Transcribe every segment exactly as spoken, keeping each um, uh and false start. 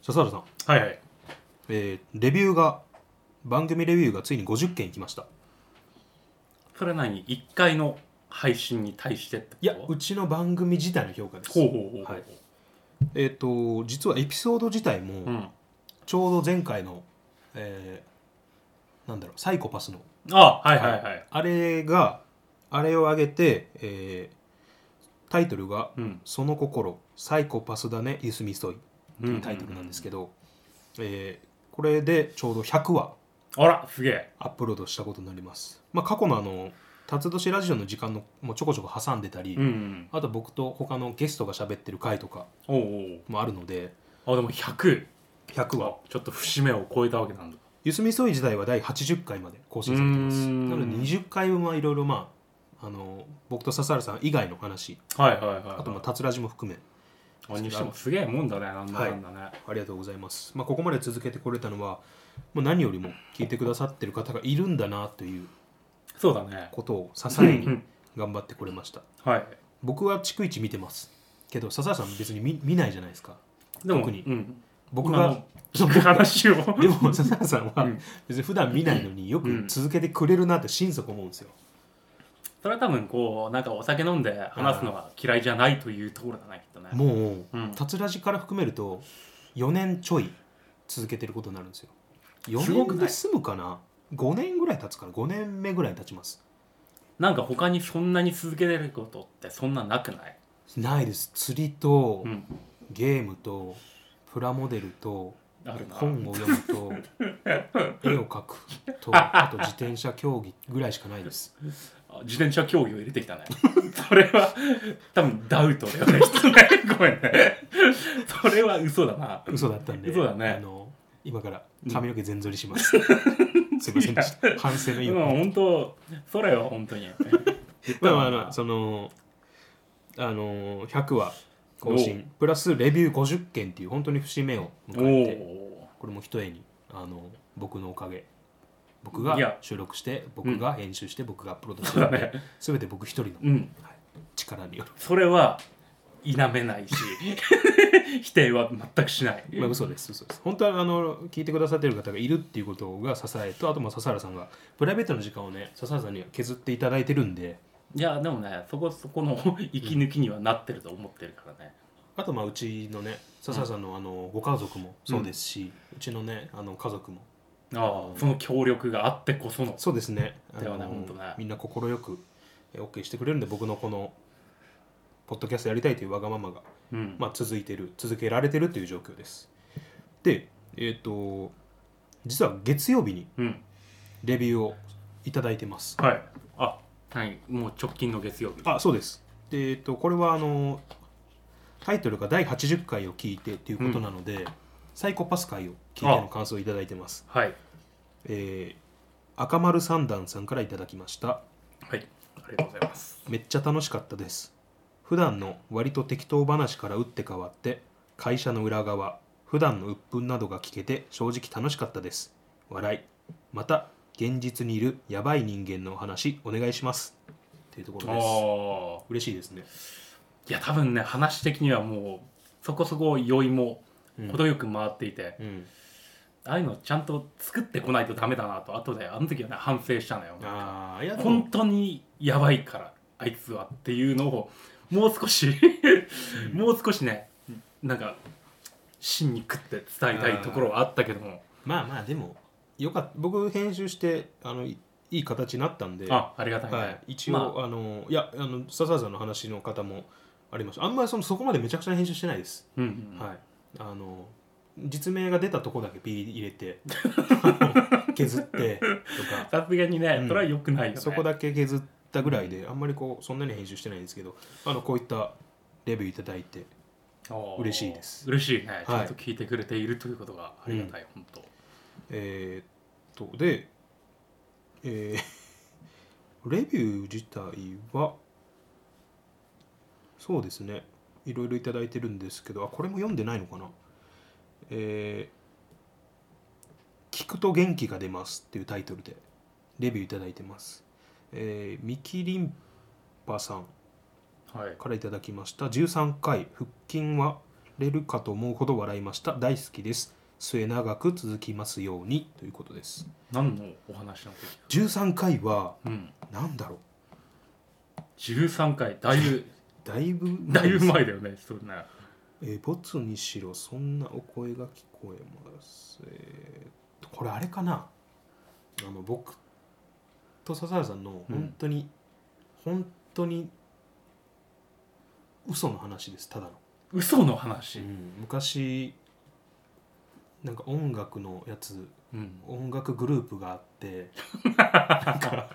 笹原さん、 はいはい。 えー、レビューが番組レビューがついにごじゅっけんいきました。 それ何いっかいの配信に対してってこと？ いや、うちの番組自体の評価です。 ほうほうほうほう、 はい、えっ、ー、と実はエピソード自体も、うん、ちょうど前回の、えー、なんだろうサイコパスのあはいはいはい、はい、 あれがあれを上げて、えー、タイトルが、うん、その心サイコパスだねゆすみそいというタイトルなんですけど、えー、これでちょうどひゃくわあらすげえアップロードしたことになります。まあ、過去のあの辰年ラジオの時間のもちょこちょこ挟んでたり、うんうん、あと僕と他のゲストが喋ってる回とかもあるので、 おうおうあでもひゃくひゃくわちょっと節目を超えたわけなんだ。 ゆすみそい時代はだいはちじゅっかいまで更新されてます。なのでにじゅっかいぶんはいろいろまああの僕と笹原さん以外の話、 はいはいはい、はい、 あとまあ辰ラジも含めあにしてもすげえもんだね、なんだなんだね、はい、 ありがとうございます。まあ、ここまで続けてこれたのはもう何よりも聞いてくださってる方がいるんだなというそうだねことを支えに頑張ってこれました。 はい、 僕は逐一見てますけど笹原さん別に 見, 見ないじゃないですか。 でも特に、 うん、 僕が聞く話をでも笹原さんは別に普段見ないのによく続けてくれるなって心底思うんですよ。 それは多分こうなんかお酒飲んで話すのが嫌いじゃないというところだねきっとね。 もう、うん、達ラジから含めるとよねんちょい続けてることになるんですよ。よねんで済むかな。ごねんぐらい経つからごねんめぐらい経ちます。 なんか他にそんなに続けてることってそんななくない？ ないです。釣りと、うん、ゲームとプラモデルと本を読むと絵を描くとあと自転車競技ぐらいしかないです。 自転車競技を入れてきたねそれは多分ダウトだよねごめんねそれは嘘だな。 嘘だったんで嘘だね。 あの今から髪の毛全剃りします、うん、すいませんでした。反省の意味。 本当それは本当にまあまあまあそのあのひゃくわ更新プラスレビューごじゅっけんっていう本当に節目を迎えて、これもひとえにあの僕のおかげ、僕が収録して僕が編集して、うん、僕がアップロードして、ね、全て僕一人の、うんはい、力による。 それは否めないし否定は全くしない。 まあ嘘です嘘です。本当はあの聞いてくださってる方がいるっていうことが支えと、あとも笹原さんがプライベートの時間をね笹原さんには削っていただいてるんで。 いやでもねそこそこの息抜きにはなってると思ってるからね、 うん、あとまあうちのね笹原さんのあのご家族もそうですし、うん、うちのねあの家族もああその協力があってこその。 そうですね。 ではね本当ねみんな快く OK してくれるんで、僕のこのポッドキャストやりたいというわがままが、うんまあ、続いてる続けられてるという状況です。でえっ、ー、と実は月曜日にレビューをいただいてます、 うん、はいあはい、もう直近の月曜日。 あそうです。で、えー、とこれはあのタイトルがだいはちじゅっかいを聞いてということなので、うん、サイコパス回を聞いての感想をいただいてます。 はい、 えー、赤丸三段さんからいただきました。はい、ありがとうございます。 めっちゃ楽しかったです。普段の割と適当話から打って変わって会社の裏側、普段の鬱憤などが聞けて正直楽しかったです。笑い。また現実にいるやばい人間のお話お願いしますっていうところです。あ嬉しいですね。 いや多分ね話的にはもうそこそこ酔いも程よく回っていて、うんうん、ああいうのちゃんと作ってこないとダメだなと後であの時はね反省したのよ。あいや本当にやばいからあいつはっていうのをもう少しうん、もう少しねなんか芯に食って伝えたいところはあったけども、 まあまあでもよかった。僕編集してあのいい形になったんで、 あ、ありがたいね、はい、 一応、まあ、あのいやあの笹原さんの話の方もありました。あんまりそのそこまでめちゃくちゃ編集してないです、うんうんうん、はい、あの実名が出たとこだけピー入れて削ってとかさすがにね、うん、それは良くないよね。 そこだけ削ったぐらいで、うん、あんまりこうそんなに編集してないんですけど、あのこういったレビューいただいて嬉しいです。 嬉しいね、はい、ちゃんと聞いてくれているということがありがたい、うん、本当。 えー、っとで、えー、レビュー自体はそうですねいろいろいただいてるんですけど、あこれも読んでないのかな。えー、聞くと元気が出ますっていうタイトルでレビューいただいてます。えー、ミキリンパさんからいただきました。じゅうさんかい腹筋はれるかと思うほど笑いました。大好きです。末永く続きますようにということです。 何のお話の時？ じゅうさんかいは、 うん、 なんだろうじゅうさんかいだいぶだいぶだいぶ前だよね。そうね。 えー、ボツにしろそんなお声が聞こえます。えー、これあれかな、あの僕と笹原さんの本当に、うん、本当に嘘の話です。ただの嘘の話、 うん、昔なんか音楽のやつ、うん、音楽グループがあってなんか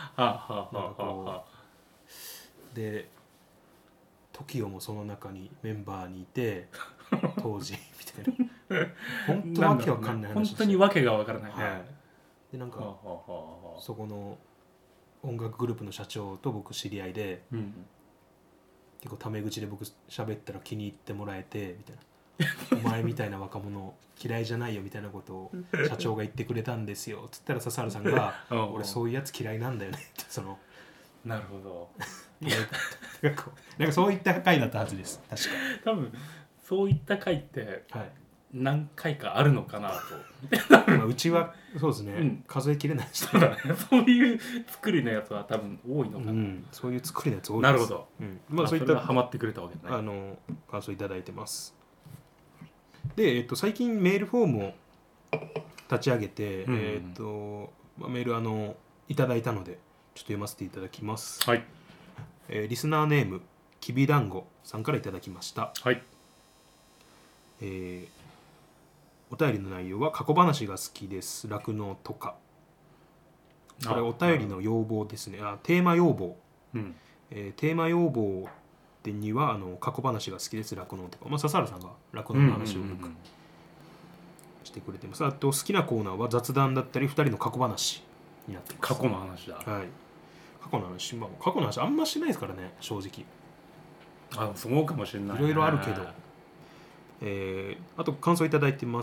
で トキオ もその中にメンバーにいて当時みたいな本当わけわかんない話、 ね、本当にわけがわからないね、はい、 でなんかそこの音楽グループの社長と僕知り合いで、うん、結構タメ口で僕喋ったら気に入ってもらえてみたいなお前みたいな若者嫌いじゃないよみたいなことを社長が言ってくれたんですよつったら笹原さんが俺そういうやつ嫌いなんだよねってそのなるほどなんかなんかそういった回だったはずです。確か多分そういった回って何回かあるのかなと、 はいまあ、うちはそうですね、うん、数えきれないし、ね、 そうだね、そういう作りのやつは多分多いのかな、うん、 そういう作りのやつ多いです。 なるほど、 うんまあ、そういったハマってくれたわけだね。 あの感想いただいてます。で、えっと、最近メールフォームを立ち上げて、うんえっとまあ、メールあのいただいたのでちょっと読ませていただきます、 はいえー、リスナーネームきびだんごさんからいただきました、 はいえー、お便りの内容は過去話が好きです酪農とか、これお便りの要望ですね。あテーマ要望、うんえー、テーマ要望にはあの過去話が好きです酪農とか、まあ、笹原さんが酪農の話をよくしてくれてます。あと好きなコーナーは雑談だったりふたりの過去話になってます。 過去の話だ。 はい。過去の話、まあ、過去の話あんましないですからね正直。 あそうかもしれない、ね、 いろいろあるけど、えー、あと感想いただいてます、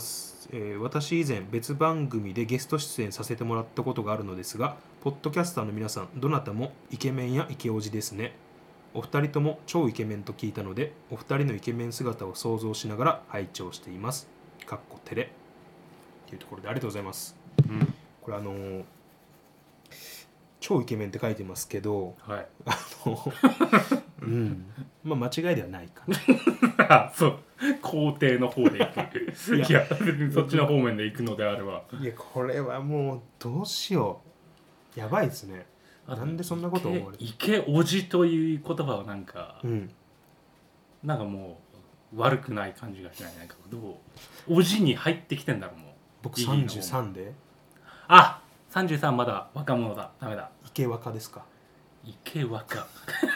えー、私以前別番組でゲスト出演させてもらったことがあるのですが、ポッドキャスターの皆さんどなたもイケメンやイケオジですね。お二人とも超イケメンと聞いたのでお二人のイケメン姿を想像しながら拝聴しています。かっこ照れというところでありがとうございます、うん、これあのー、超イケメンって書いてますけど、 はい、 あのうんまあ間違いではないかなそう肯定の方でいくいや, いやそっちの方面で行くのであればいやこれはもうどうしようやばいですね。なんでそんなこと思われる？ イケおじという言葉はなんか、うん、なんかもう悪くない感じがしない。なんかどうおじに入ってきてんだろうもう。 僕さんじゅうさんで。 あ、さんじゅうさんまだ若者だ。ダメだ。 イケ若ですか？ イケ若。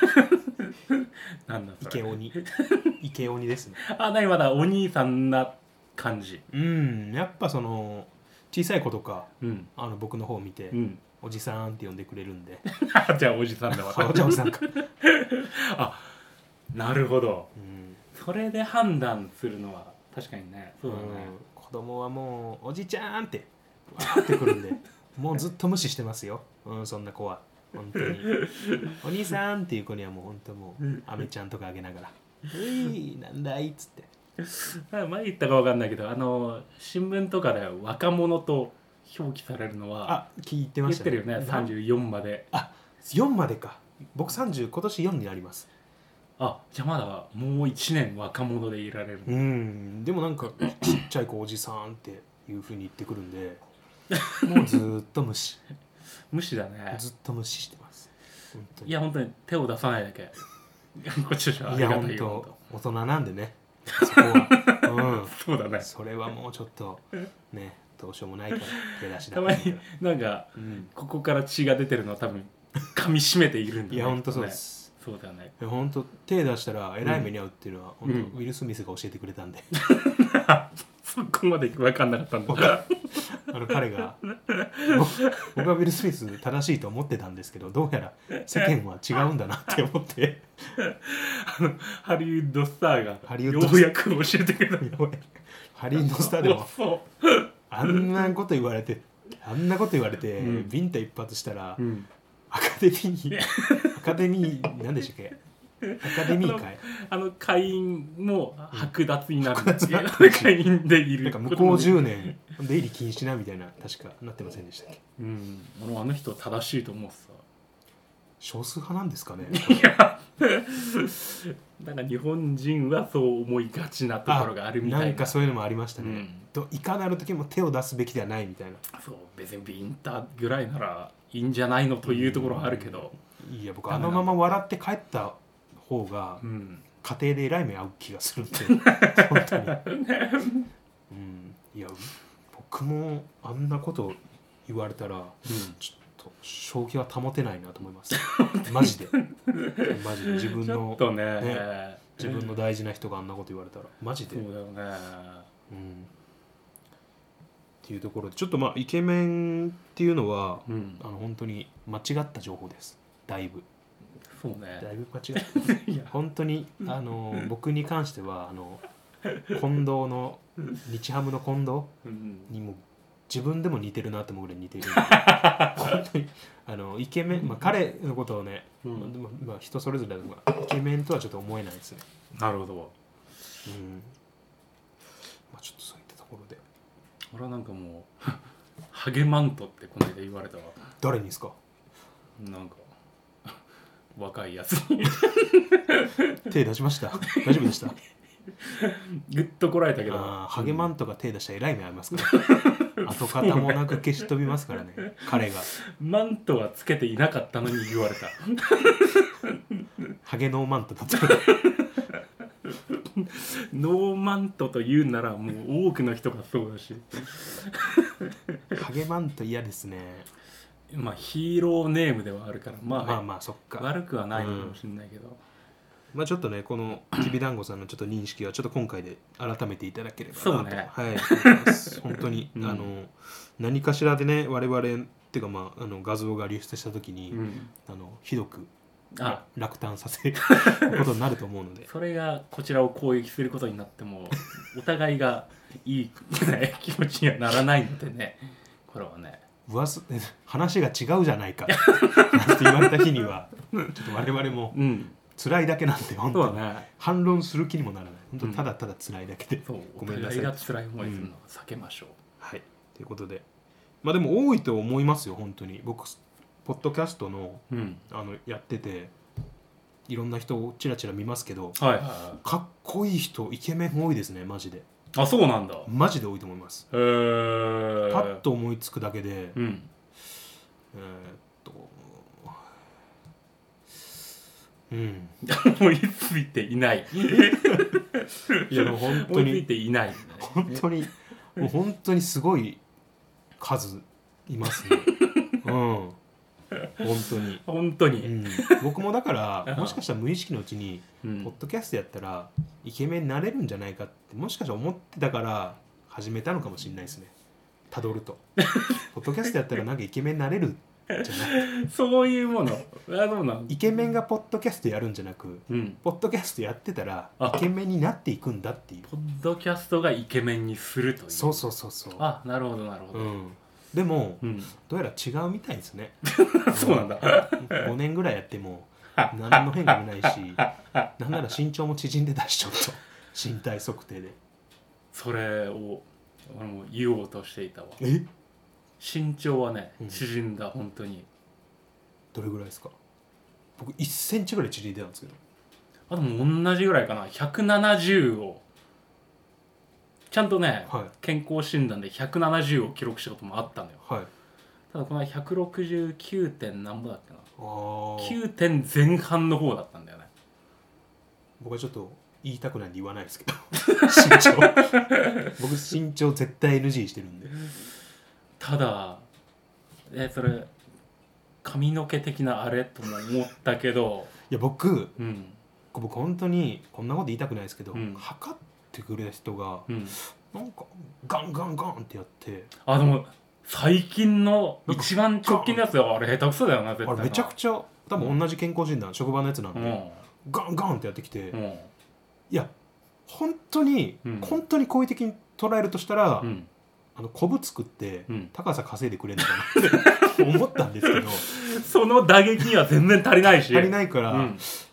なんだそれ。 イケ鬼。イケ鬼ですね。 あ、なにまだお兄さんな感じ。 うん、やっぱその小さい子とか、うん、あの僕の方を見て。うんおじさんって呼んでくれるんでじゃあおじさんだわじゃあおじさんかあ、なるほど、うん、それで判断するのは確かにね。そうだね、 うん、子供はもうおじちゃんってわーってくるんでもうずっと無視してますよ、うん、そんな子は本当にお兄さんっていう子にはもう本当もうアメちゃんとかあげながらういなんだいっつって前言ったか分かんないけどあの新聞とかで若者と表記されるのはあ聞いてましたね。 言ってるよね。さんじゅうよんまで。 あよんまでか。僕さんじゅう今年よんになります。 あじゃあまだもういちねん若者でいられる。 うんでもなんかちっちゃい子おじさんっていう風に言ってくるんでもうずっと無視無視だね。 ずっと無視してます本当に。いや本当に手を出さないだけこっちとしてはありがたいよ。いや本当大人なんでねそこは、 うん、そうだね。 それはもうちょっとねどうしようもないから手出しだたまになんか、うん、ここから血が出てるのは多分噛み締めているんだね。 いや本当そうです。 そうだね。 いや本当手出したらえらい目に遭うっていうのは、うん、本当ウィル・スミスが教えてくれたんで、うん、 そこまで分かんなかったんだあの彼が僕はウィル・スミス正しいと思ってたんですけどどうやら世間は違うんだなって思ってあのハリウッドスターがようやく教えてくれたハリウッドスターでもあんなこと言われてあんなこと言われて、うん、ビンタ一発したら、うん、アカデミーアカデミー何でしたっけカデミー会あの会員も剥奪になる、 うん、剥奪になる会員でいるなんか向こうじゅうねん出入り禁止なみたいな確かなってませんでしたっけ。 うん俺もあの人正しいと思うさ。 少数派なんですかね。 いやなんか日本人はそう思いがちなところがあるみたいな。 なんかそういうのもありましたね、 うん、 といかなる時も手を出すべきではないみたいな。 そう別にビンタぐらいならいいんじゃないのというところはあるけど、 うん、いや僕あのまま笑って帰った方が家庭でえらい目合う気がするんで本当に、うん、いや僕もあんなこと言われたら、うん、ちょっと正気は保てないなと思いますマジでマジで自分の、 ねね、自分の大事な人があんなこと言われたらマジでそうだよね、 うん、っていうところでちょっとまあイケメンっていうのは、うん、あの本当に間違った情報です。だいぶそうねだいぶ間違って本当にあの僕に関してはあの近藤の日ハムの近藤にも自分でも似てるなって思うぐらい似てる本当にあのイケメン、まあ、彼のことをね、うんままあ、人それぞれだとイケメンとはちょっと思えないですね。 なるほど、 うんまあ、ちょっとそういったところで俺はなんかもうハゲマントってこの間言われたわ。 誰にですか。 なんか若いやつに手出しました。大丈夫でした。 ぐっとこられたけどハゲマントが手出したらえらい目ありますから跡形もなく消し飛びますからね彼が。 マントはつけていなかったのに言われたハゲノーマントだったノーマントと言うならもう多くの人がそうだしハゲマント嫌ですね。 まあヒーローネームではあるから、まあ、 まあまあそっか悪くはないのかもしれないけど、うんまあ、ちょっとねこのきびだんごさんのちょっと認識はちょっと今回で改めていただければなと。 そうね、 はい、思います本当に、うん、あの何かしらでね我々っていうか、まあ、あの画像が流出した時に、うん、あのひどくあ落胆させることになると思うのでそれがこちらを攻撃することになってもお互いがいい、ね、気持ちにはならないのでねこれはね噂話が違うじゃないかって言われた日にはちょっと我々も、うん辛いだけなんで本当に、ね、反論する気にもならない本当にただただ辛いだけで、 うん、ごめんなさい。お互いが辛い思いするのは避けましょう、うん、 はいということでまあでも多いと思いますよ本当に。僕ポッドキャストの、うん、あのやってていろんな人をチラチラ見ますけど、はいはいはい、かっこいい人イケメン多いですねマジで。 あそうなんだ。 マジで多いと思います。へーパッと思いつくだけで、うん、えーうん、 思いついていないいやもう本当に思いついていない、ね、 本当にもう本当にすごい数いますねうん本当に本当に、 うん、僕もだからもしかしたら無意識のうちに、うん、ポッドキャストやったらイケメンになれるんじゃないかってもしかしたら思ってたから始めたのかもしれないですね。たどるとポッドキャストやったらなんかイケメンになれるじゃないそういうものあどうなんイケメンがポッドキャストやるんじゃなく、うん、ポッドキャストやってたらイケメンになっていくんだっていう。 ポッドキャストがイケメンにするという。 そうそうそうそう。 あなるほどなるほど、うん、 でも、うん、どうやら違うみたいですねそうなんだごねんぐらいやっても何の変化もないしなんなら身長も縮んでたしちょっと身体測定でそれを俺も言おうとしていたわ。 え身長はね縮んだ、うん、本当に。 どれぐらいですか。僕いっセンチぐらい縮んでたんですけど。 あでも同じぐらいかな。ひゃくななじゅうをちゃんとね、はい、健康診断でひゃくななじゅうを記録したこともあったのよ、はい、ただこのひゃくろくじゅうきゅうてん何ぼだっけなきゅうてんぜん半の方だったんだよね。 僕はちょっと言いたくないんで言わないですけど身長僕身長絶対 エヌジー してるんで。 ただえそれ髪の毛的なあれとも思ったけどいや僕、うん、僕本当にこんなこと言いたくないですけど、うん、測ってくれた人が、うん、なんかガンガンガンってやってあでも最近の一番直近のやつはあれ下手くそだよな絶対な。 あれめちゃくちゃ多分同じ健康診断、うん、職場のやつなんで、うん、ガンガンってやってきて、うん、いや本当に、うん、本当に好意的に捉えるとしたら、うん、あのコブ作って高さ稼いでくれるのかなって思ったんですけどその打撃には全然足りないし足りないから、うん、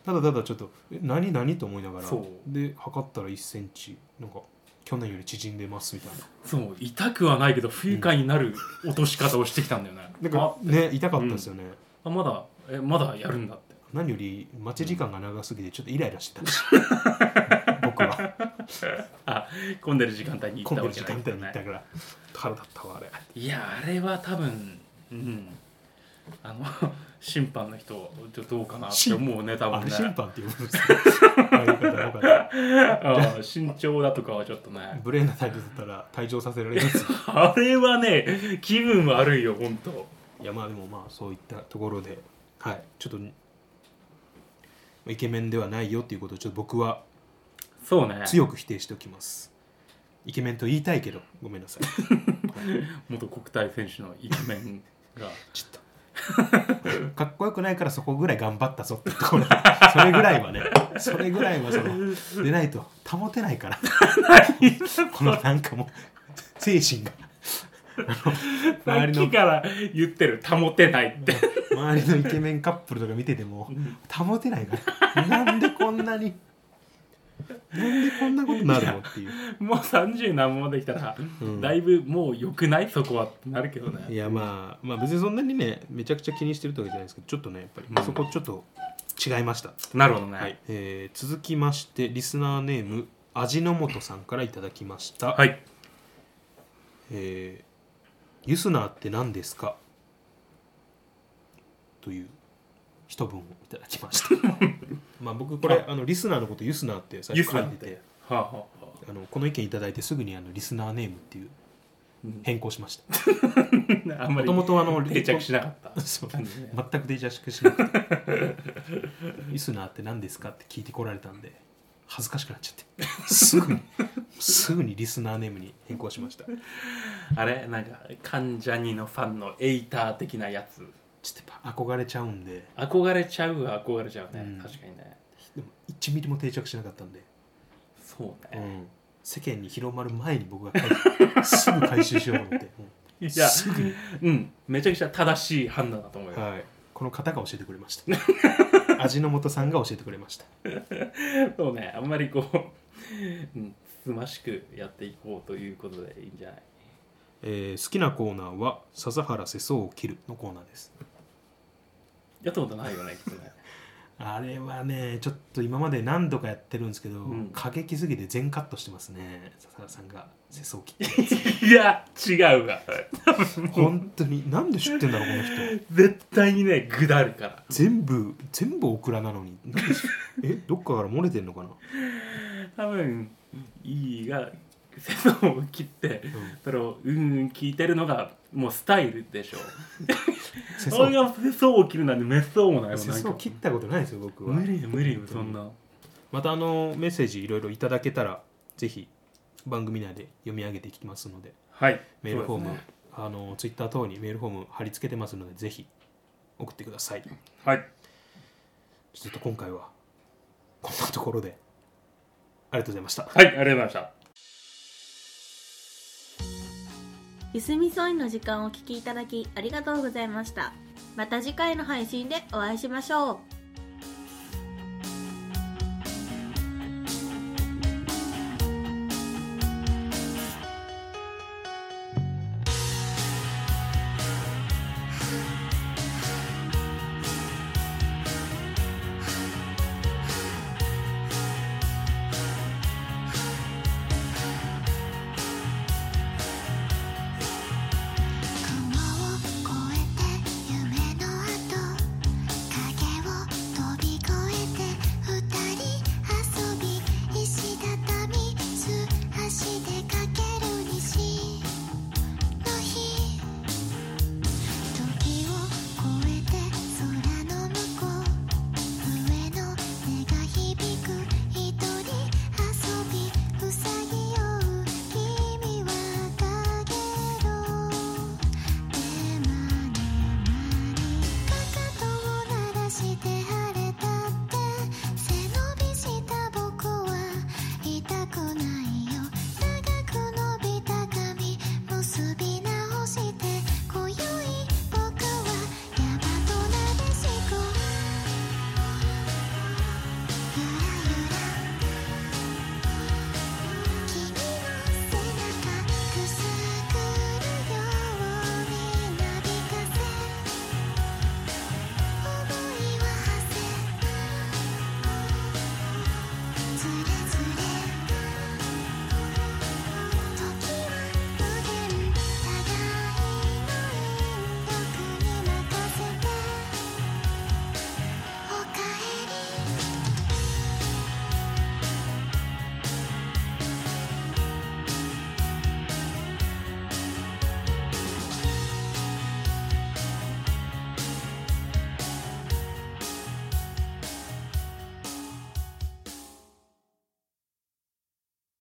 ただただちょっとえ何何と思いながらそうで測ったらいっセンチなんか去年より縮んでますみたいな。 そう痛くはないけど不愉快になる落とし方をしてきたんだよね、 なんかね痛かったですよね、 うん、あまだえまだやるんだって。 何より待ち時間が長すぎてちょっとイライラしてたし僕はあ混んでる時間帯に行ったわけ混んでる時間帯に行ったから腹立ったわあれ。 いやあれは多分うんあの審判の人どうかなって思うね多分ね。 あれ審判っていうことですかあよかったよかったあ身長だとかはちょっとね無礼な態度だったら退場させられますあれはね気分悪いよ本当。 いやまあでもまあそういったところではいちょっとイケメンではないよっていうことをちょっと僕はそうね強く否定しておきます。イケメンと言いたいけどごめんなさい元国体選手のイケメンがちょっとかっこよくないからそこぐらい頑張ったぞってところそれぐらいはねそれぐらいはそのでないと保てないからこのなんかもう精神がさっきから言ってる保てないって周りのイケメンカップルとか見てても保てないからなんでこんなになんでこんなことになるのっていうもうさんじゅう何もできたら、うん、だいぶもう良くないそこはってなるけどね。 いやまあまあ別にそんなにねめちゃくちゃ気にしてるってわけじゃないですけどちょっとねやっぱり、うん、そこちょっと違いました。 なるほどね、 はいえー、続きましてリスナーネーム味の素さんからいただきました。 はい、 えー、ユスナーって何ですかという一文をいただきましたまあ僕これあのリスナーのことユスナーって最初書いてて、 はあはあ、 あのこの意見いただいてすぐにあのリスナーネームっていう変更しました。 あんまりもともと定着しなかったそう全く定着しなくてリスナーって何ですかって聞いてこられたんで恥ずかしくなっちゃってすぐにすぐにリスナーネームに変更しました。 あれなんか関ジャニのファンのエイター的なやつちょっと憧れちゃうんで憧れちゃうは憧れちゃうね、うん、確かにね。 でもいちミリも定着しなかったんでそうね、 うん、世間に広まる前に僕がすぐ回収しようと思って、 うん、いやすぐにうんめちゃくちゃ正しい判断だと思うよ、 はい、この方が教えてくれました味の素さんが教えてくれましたそうねあんまりこう、うん、つつましくやっていこうということでいいんじゃない。 えー、好きなコーナーは笹原世相を切るのコーナーです。 やったことないよねきっとねあれはねちょっと今まで何度かやってるんですけど、 うん、 過激すぎて全カットしてますね笹原さんが世相を切っていや違うわ本当になんで知ってんだろうこの人絶対にねぐだるから全部全部オクラなのになんでえどっかから漏れてんのかな多分いいが世相を切って、うん、それをうんうん聞いてるのがもうスタイルでしょ俺が世相を切るなんてめっそうもないもん。 世相を切ったことないですよ僕は。 無理無理よそんな。 またあのメッセージいろいろいただけたらぜひ番組内で読み上げていきますので、 はい、 メールフォーム、ね、あのツイッター等にメールフォーム貼り付けてますのでぜひ送ってください。 はい。 ちょっと今回はこんなところでありがとうございました。 はい、ありがとうございました。 ゆすみそいの時間をお聞きいただきありがとうございました。また次回の配信でお会いしましょう。